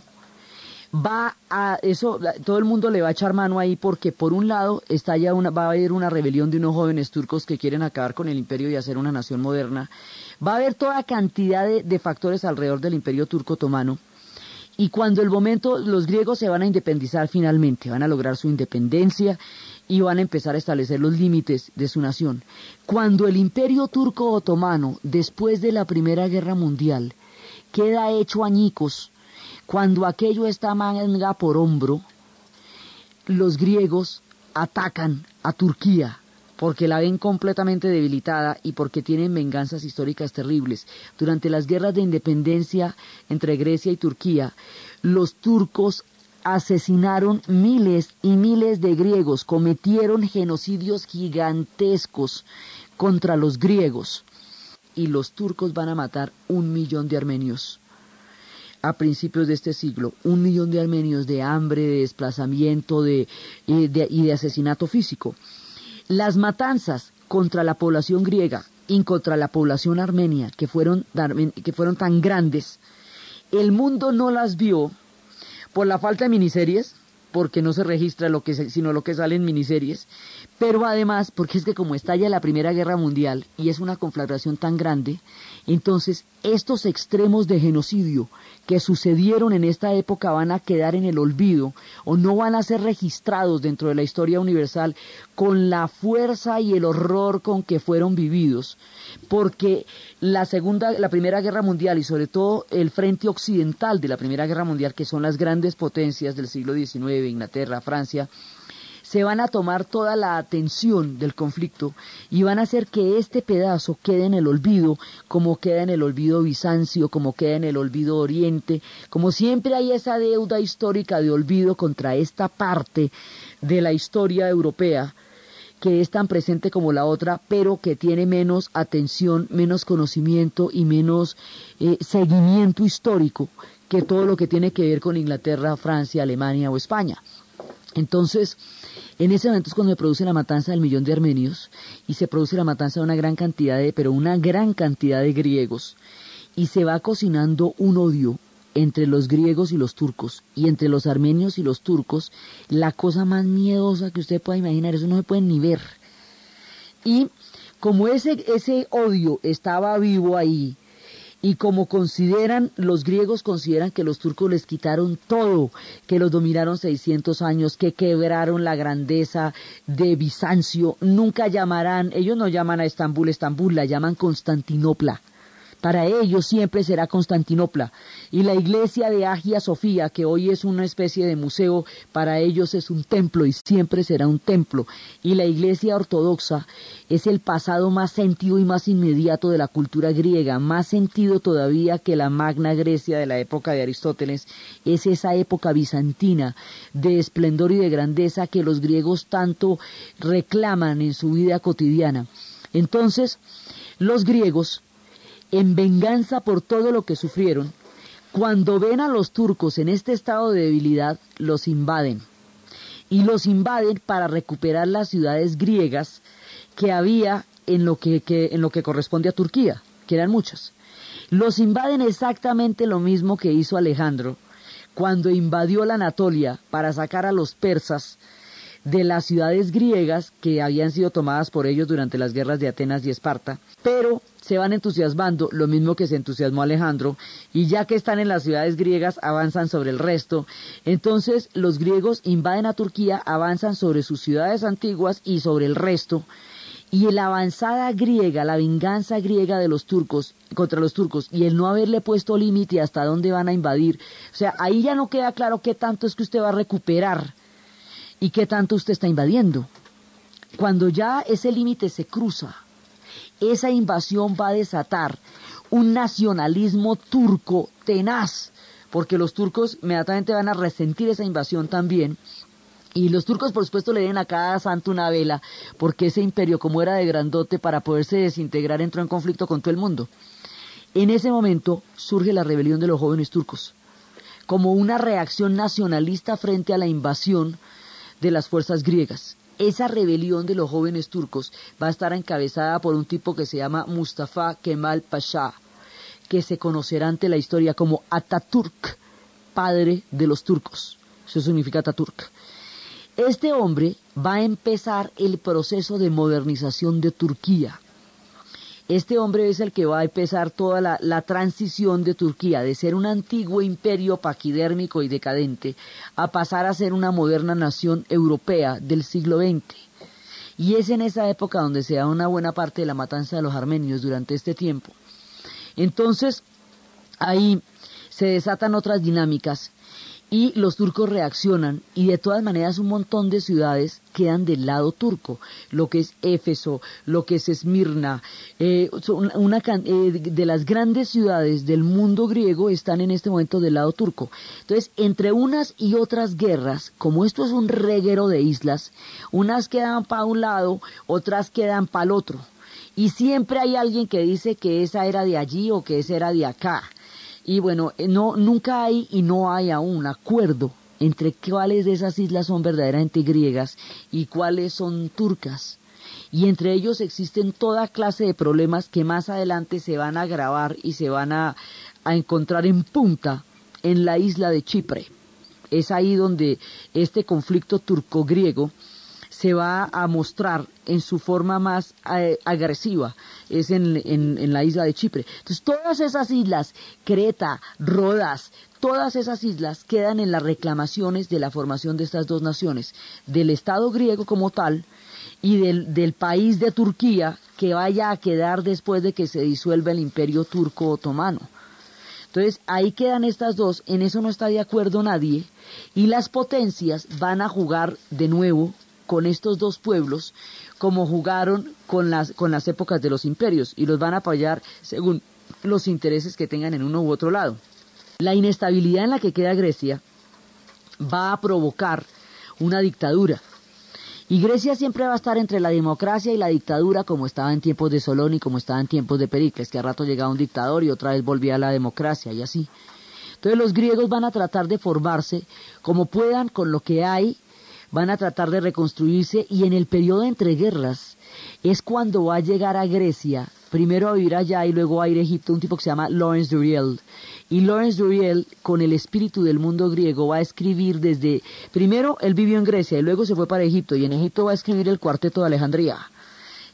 todo el mundo le va a echar mano ahí porque por un lado va a haber una rebelión de unos jóvenes turcos que quieren acabar con el imperio y hacer una nación moderna. Va a haber toda cantidad de factores alrededor del Imperio Turco Otomano. Y cuando el momento, los griegos se van a independizar finalmente, van a lograr su independencia y van a empezar a establecer los límites de su nación. Cuando el Imperio Turco Otomano, después de la Primera Guerra Mundial, queda hecho añicos, cuando aquello está manga por hombro, los griegos atacan a Turquía porque la ven completamente debilitada y porque tienen venganzas históricas terribles. Durante las guerras de independencia entre Grecia y Turquía, los turcos asesinaron miles y miles de griegos, cometieron genocidios gigantescos contra los griegos y los turcos van a matar 1 millón de armenios. A principios de este siglo, 1 millón de armenios de hambre, de desplazamiento y de asesinato físico. Las matanzas contra la población griega y contra la población armenia, que fueron tan grandes, el mundo no las vio por la falta de miniseries, porque no se registra sino lo que sale en miniseries, pero además porque es que como estalla la Primera Guerra Mundial y es una conflagración tan grande, entonces estos extremos de genocidio que sucedieron en esta época van a quedar en el olvido o no van a ser registrados dentro de la historia universal con la fuerza y el horror con que fueron vividos, porque la Primera Guerra Mundial y sobre todo el frente occidental de la Primera Guerra Mundial, que son las grandes potencias del siglo XIX, Inglaterra, Francia, se van a tomar toda la atención del conflicto y van a hacer que este pedazo quede en el olvido, como queda en el olvido Bizancio, como queda en el olvido Oriente, como siempre hay esa deuda histórica de olvido contra esta parte de la historia europea, que es tan presente como la otra, pero que tiene menos atención, menos conocimiento y menos seguimiento histórico que todo lo que tiene que ver con Inglaterra, Francia, Alemania o España. Entonces, en ese momento es cuando se produce la matanza del 1 millón de armenios y se produce la matanza de una gran cantidad de griegos y se va cocinando un odio entre los griegos y los turcos y entre los armenios y los turcos, la cosa más miedosa que usted pueda imaginar, eso no se puede ni ver. Y como ese odio estaba vivo ahí, y como los griegos consideran que los turcos les quitaron todo, que los dominaron 600 años, que quebraron la grandeza de Bizancio, ellos no llaman a Estambul, la llaman Constantinopla, Para ellos siempre será Constantinopla, y la iglesia de Hagia Sofía, que hoy es una especie de museo, para ellos es un templo y siempre será un templo, y la iglesia ortodoxa es el pasado más sentido y más inmediato de la cultura griega, más sentido todavía que la Magna Grecia de la época de Aristóteles, es esa época bizantina de esplendor y de grandeza que los griegos tanto reclaman en su vida cotidiana. Entonces, los griegos, en venganza por todo lo que sufrieron, cuando ven a los turcos en este estado de debilidad, los invaden. Y los invaden para recuperar las ciudades griegas que había en lo que corresponde a Turquía, que eran muchas. Los invaden exactamente lo mismo que hizo Alejandro cuando invadió la Anatolia para sacar a los persas de las ciudades griegas que habían sido tomadas por ellos durante las guerras de Atenas y Esparta, pero se van entusiasmando, lo mismo que se entusiasmó Alejandro, y ya que están en las ciudades griegas avanzan sobre el resto. Entonces los griegos invaden a Turquía, avanzan sobre sus ciudades antiguas y sobre el resto, y la avanzada griega, la venganza griega de los turcos contra los turcos y el no haberle puesto límite hasta dónde van a invadir, o sea, ahí ya no queda claro qué tanto es que usted va a recuperar y qué tanto usted está invadiendo. Cuando ya ese límite se cruza, esa invasión va a desatar un nacionalismo turco tenaz, porque los turcos inmediatamente van a resentir esa invasión también. Y los turcos, por supuesto, le den a cada santo una vela, porque ese imperio, como era de grandote, para poderse desintegrar, entró en conflicto con todo el mundo. En ese momento surge la rebelión de los jóvenes turcos, como una reacción nacionalista frente a la invasión de las fuerzas griegas. Esa rebelión de los jóvenes turcos va a estar encabezada por un tipo que se llama Mustafa Kemal Pasha, que se conocerá ante la historia como Atatürk, padre de los turcos. Eso significa Atatürk. Este hombre va a empezar el proceso de modernización de Turquía. Este hombre es el que va a empezar toda la transición de Turquía, de ser un antiguo imperio paquidérmico y decadente, a pasar a ser una moderna nación europea del siglo XX. Y es en esa época donde se da una buena parte de la matanza de los armenios durante este tiempo. Entonces, ahí se desatan otras dinámicas y los turcos reaccionan, y de todas maneras un montón de ciudades quedan del lado turco, lo que es Éfeso, lo que es Esmirna, de las grandes ciudades del mundo griego están en este momento del lado turco. Entonces, entre unas y otras guerras, como esto es un reguero de islas, unas quedan para un lado, otras quedan para el otro, y siempre hay alguien que dice que esa era de allí o que esa era de acá. Y bueno, nunca hay y no hay aún acuerdo entre cuáles de esas islas son verdaderamente griegas y cuáles son turcas. Y entre ellos existen toda clase de problemas que más adelante se van a agravar y se van a encontrar en punta en la isla de Chipre. Es ahí donde este conflicto turco-griego se va a mostrar en su forma más agresiva, es en la isla de Chipre. Entonces todas esas islas, Creta, Rodas, todas esas islas quedan en las reclamaciones de la formación de estas dos naciones, del Estado griego como tal y del país de Turquía que vaya a quedar después de que se disuelva el imperio turco otomano. Entonces ahí quedan estas dos, en eso no está de acuerdo nadie, y las potencias van a jugar de nuevo con estos dos pueblos, como jugaron con las épocas de los imperios, y los van a apoyar según los intereses que tengan en uno u otro lado. La inestabilidad en la que queda Grecia va a provocar una dictadura, y Grecia siempre va a estar entre la democracia y la dictadura, como estaba en tiempos de Solón y como estaba en tiempos de Pericles, que a rato llegaba un dictador y otra vez volvía a la democracia, y así. Entonces los griegos van a tratar de formarse como puedan con lo que hay, van a tratar de reconstruirse, y en el periodo entre guerras es cuando va a llegar a Grecia, primero a vivir allá y luego a ir a Egipto, un tipo que se llama Lawrence Duriel. Y Lawrence Duriel, con el espíritu del mundo griego, va a escribir primero él vivió en Grecia y luego se fue para Egipto, y en Egipto va a escribir el Cuarteto de Alejandría.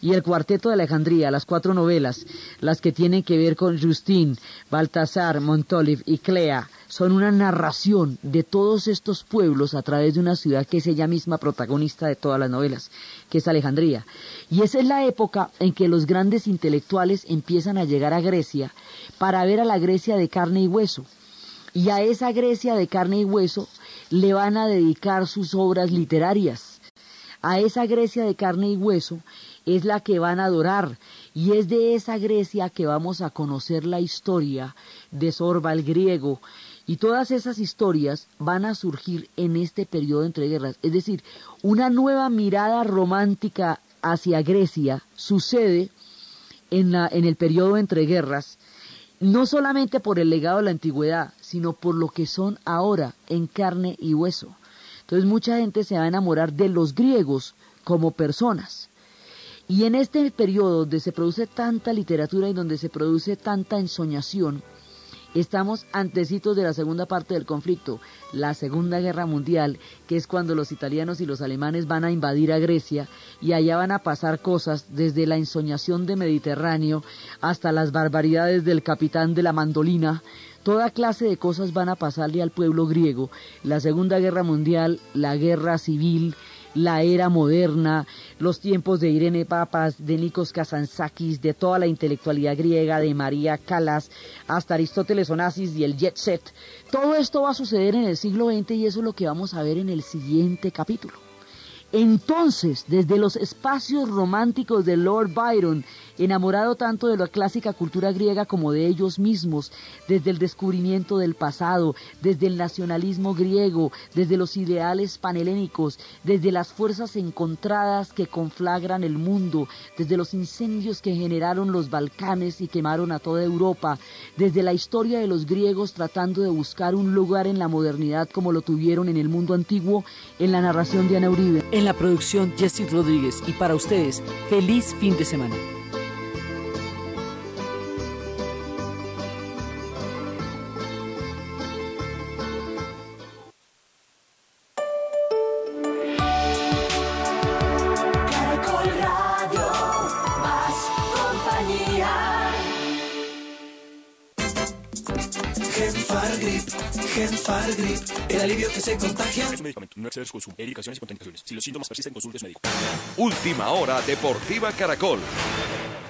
y el Cuarteto de Alejandría, las 4 novelas, las que tienen que ver con Justin, Baltasar, Montolive y Clea, son una narración de todos estos pueblos a través de una ciudad que es ella misma protagonista de todas las novelas, que es Alejandría. Y esa es la época en que los grandes intelectuales empiezan a llegar a Grecia para ver a la Grecia de carne y hueso. Y a esa Grecia de carne y hueso le van a dedicar sus obras literarias. A esa Grecia de carne y hueso es la que van a adorar, y es de esa Grecia que vamos a conocer la historia de Sorba el griego, y todas esas historias van a surgir en este periodo entre guerras. Es decir, una nueva mirada romántica hacia Grecia sucede en el periodo entre guerras, no solamente por el legado de la antigüedad, sino por lo que son ahora en carne y hueso. Entonces mucha gente se va a enamorar de los griegos como personas. Y en este periodo donde se produce tanta literatura y donde se produce tanta ensoñación, estamos antecitos de la segunda parte del conflicto, la Segunda Guerra Mundial, que es cuando los italianos y los alemanes van a invadir a Grecia, y allá van a pasar cosas desde la ensoñación de Mediterráneo hasta las barbaridades del capitán de la mandolina. Toda clase de cosas van a pasarle al pueblo griego. La Segunda Guerra Mundial, la guerra civil, la era moderna, los tiempos de Irene Papas, de Nikos Kazantzakis, de toda la intelectualidad griega, de María Callas, hasta Aristóteles Onassis y el jet set. Todo esto va a suceder en el siglo XX y eso es lo que vamos a ver en el siguiente capítulo. Entonces, desde los espacios románticos de Lord Byron, enamorado tanto de la clásica cultura griega como de ellos mismos, desde el descubrimiento del pasado, desde el nacionalismo griego, desde los ideales panhelénicos, desde las fuerzas encontradas que conflagran el mundo, desde los incendios que generaron los Balcanes y quemaron a toda Europa, desde la historia de los griegos tratando de buscar un lugar en la modernidad como lo tuvieron en el mundo antiguo, en la narración de Diana Uribe. En la producción, Jessy Rodríguez. Y para ustedes, feliz fin de semana. Caracol Radio, más compañía. Genfargrip, el alivio que se contagia. Es un medicamento, no exceder su consumo. Indicaciones y contraindicaciones. Si los síntomas persisten, consulte a su médico. Última hora Deportiva Caracol.